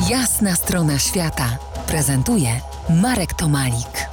Jasna strona świata prezentuje Marek Tomalik.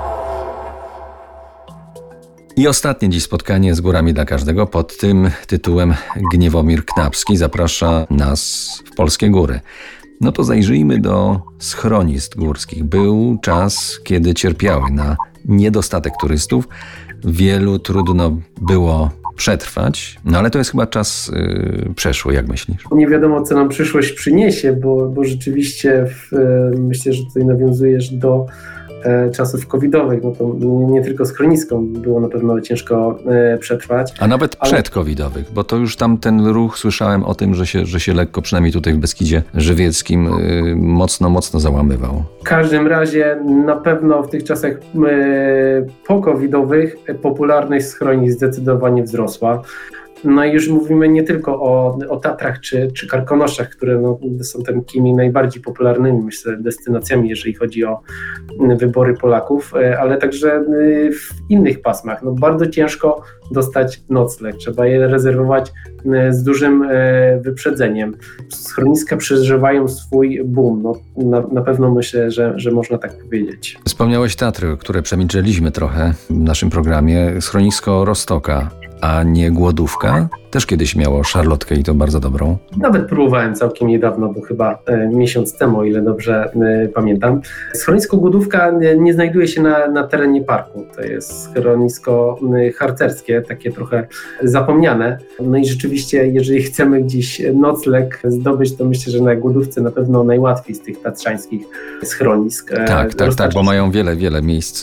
I ostatnie dziś spotkanie z Górami dla każdego pod tym tytułem Gniewomir Knapski zaprasza nas w polskie góry. No to zajrzyjmy do schronisk górskich. Był czas, kiedy cierpiały na niedostatek turystów. Wielu trudno było przetrwać, no ale to jest chyba czas przeszły, jak myślisz? Nie wiadomo, co nam przyszłość przyniesie, bo rzeczywiście myślę, że tutaj nawiązujesz do czasów covidowych, no to nie tylko schroniskom było na pewno ciężko przetrwać. A nawet przedcovidowych, bo to już tam ten ruch, słyszałem o tym, że się lekko, przynajmniej tutaj w Beskidzie Żywieckim, mocno załamywał. W każdym razie na pewno w tych czasach po-covidowych popularność schronisk zdecydowanie wzrosła. No i już mówimy nie tylko o Tatrach czy Karkonoszach, które są takimi najbardziej popularnymi, myślę, destynacjami, jeżeli chodzi o wybory Polaków, ale także w innych pasmach. No bardzo ciężko dostać nocleg, trzeba je rezerwować z dużym wyprzedzeniem. Schroniska przeżywają swój boom, na pewno myślę, że można tak powiedzieć. Wspomniałeś Tatry, które przemilczeliśmy trochę w naszym programie. Schronisko Roztoka, a nie Głodówka? Też kiedyś miało szarlotkę i to bardzo dobrą. Nawet próbowałem całkiem niedawno, bo chyba miesiąc temu, o ile dobrze pamiętam. Schronisko Głodówka nie znajduje się na terenie parku. To jest schronisko harcerskie, takie trochę zapomniane. No i rzeczywiście, jeżeli chcemy gdzieś nocleg zdobyć, to myślę, że na Głodówce na pewno najłatwiej z tych tatrzańskich schronisk. Tak, bo mają wiele miejsc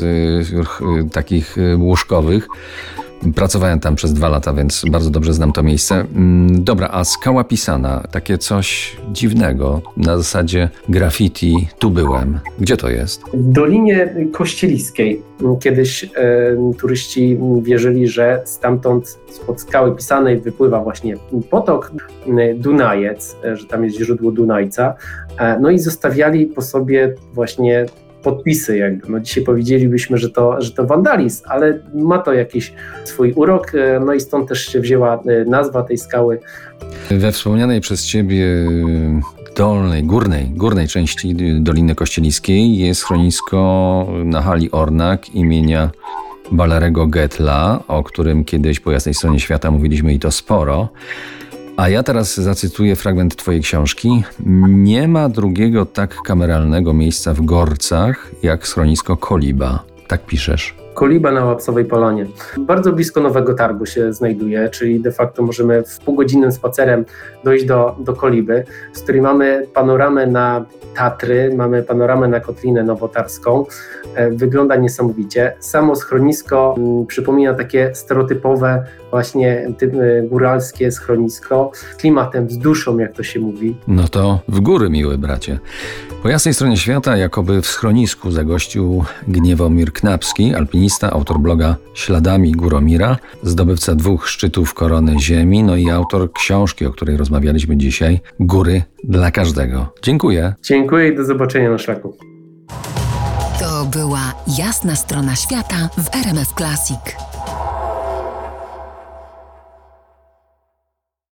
takich łóżkowych. Pracowałem tam przez 2 lata, więc bardzo dobrze znam to miejsce. Dobra, a Skała Pisana, takie coś dziwnego, na zasadzie graffiti, tu byłem. Gdzie to jest? W Dolinie Kościeliskiej. Kiedyś turyści wierzyli, że stamtąd spod Skały Pisanej wypływa właśnie potok Dunajec, że tam jest źródło Dunajca. No i zostawiali po sobie właśnie podpisy jakby. No dzisiaj powiedzielibyśmy, że to wandalizm, ale ma to jakiś swój urok, no i stąd też się wzięła nazwa tej skały. We wspomnianej przez Ciebie górnej części Doliny Kościeliskiej jest schronisko na hali Ornak imienia Walerego Gettla, o którym kiedyś po Jasnej Stronie Świata mówiliśmy i to sporo. A ja teraz zacytuję fragment Twojej książki. Nie ma drugiego tak kameralnego miejsca w Gorcach jak schronisko Koliba. Tak piszesz. Koliba na Łapsowej Polonie. Bardzo blisko Nowego Targu się znajduje, czyli de facto możemy w półgodzinnym spacerem dojść do Koliby, z której mamy panoramę na Tatry, mamy panoramę na Kotlinę Nowotarską. Wygląda niesamowicie. Samo schronisko przypomina takie stereotypowe właśnie góralskie schronisko z klimatem, z duszą, jak to się mówi. No to w góry, miły bracie. Po Jasnej Stronie Świata jakoby w schronisku zagościł Gniewomir Knapski, alpinista, autor bloga Śladami Góromira, zdobywca 2 szczytów Korony Ziemi, no i autor książki, o której rozmawialiśmy dzisiaj, Góry dla każdego. Dziękuję. Dziękuję i do zobaczenia na szlaku. To była Jasna strona świata w RMF Classic.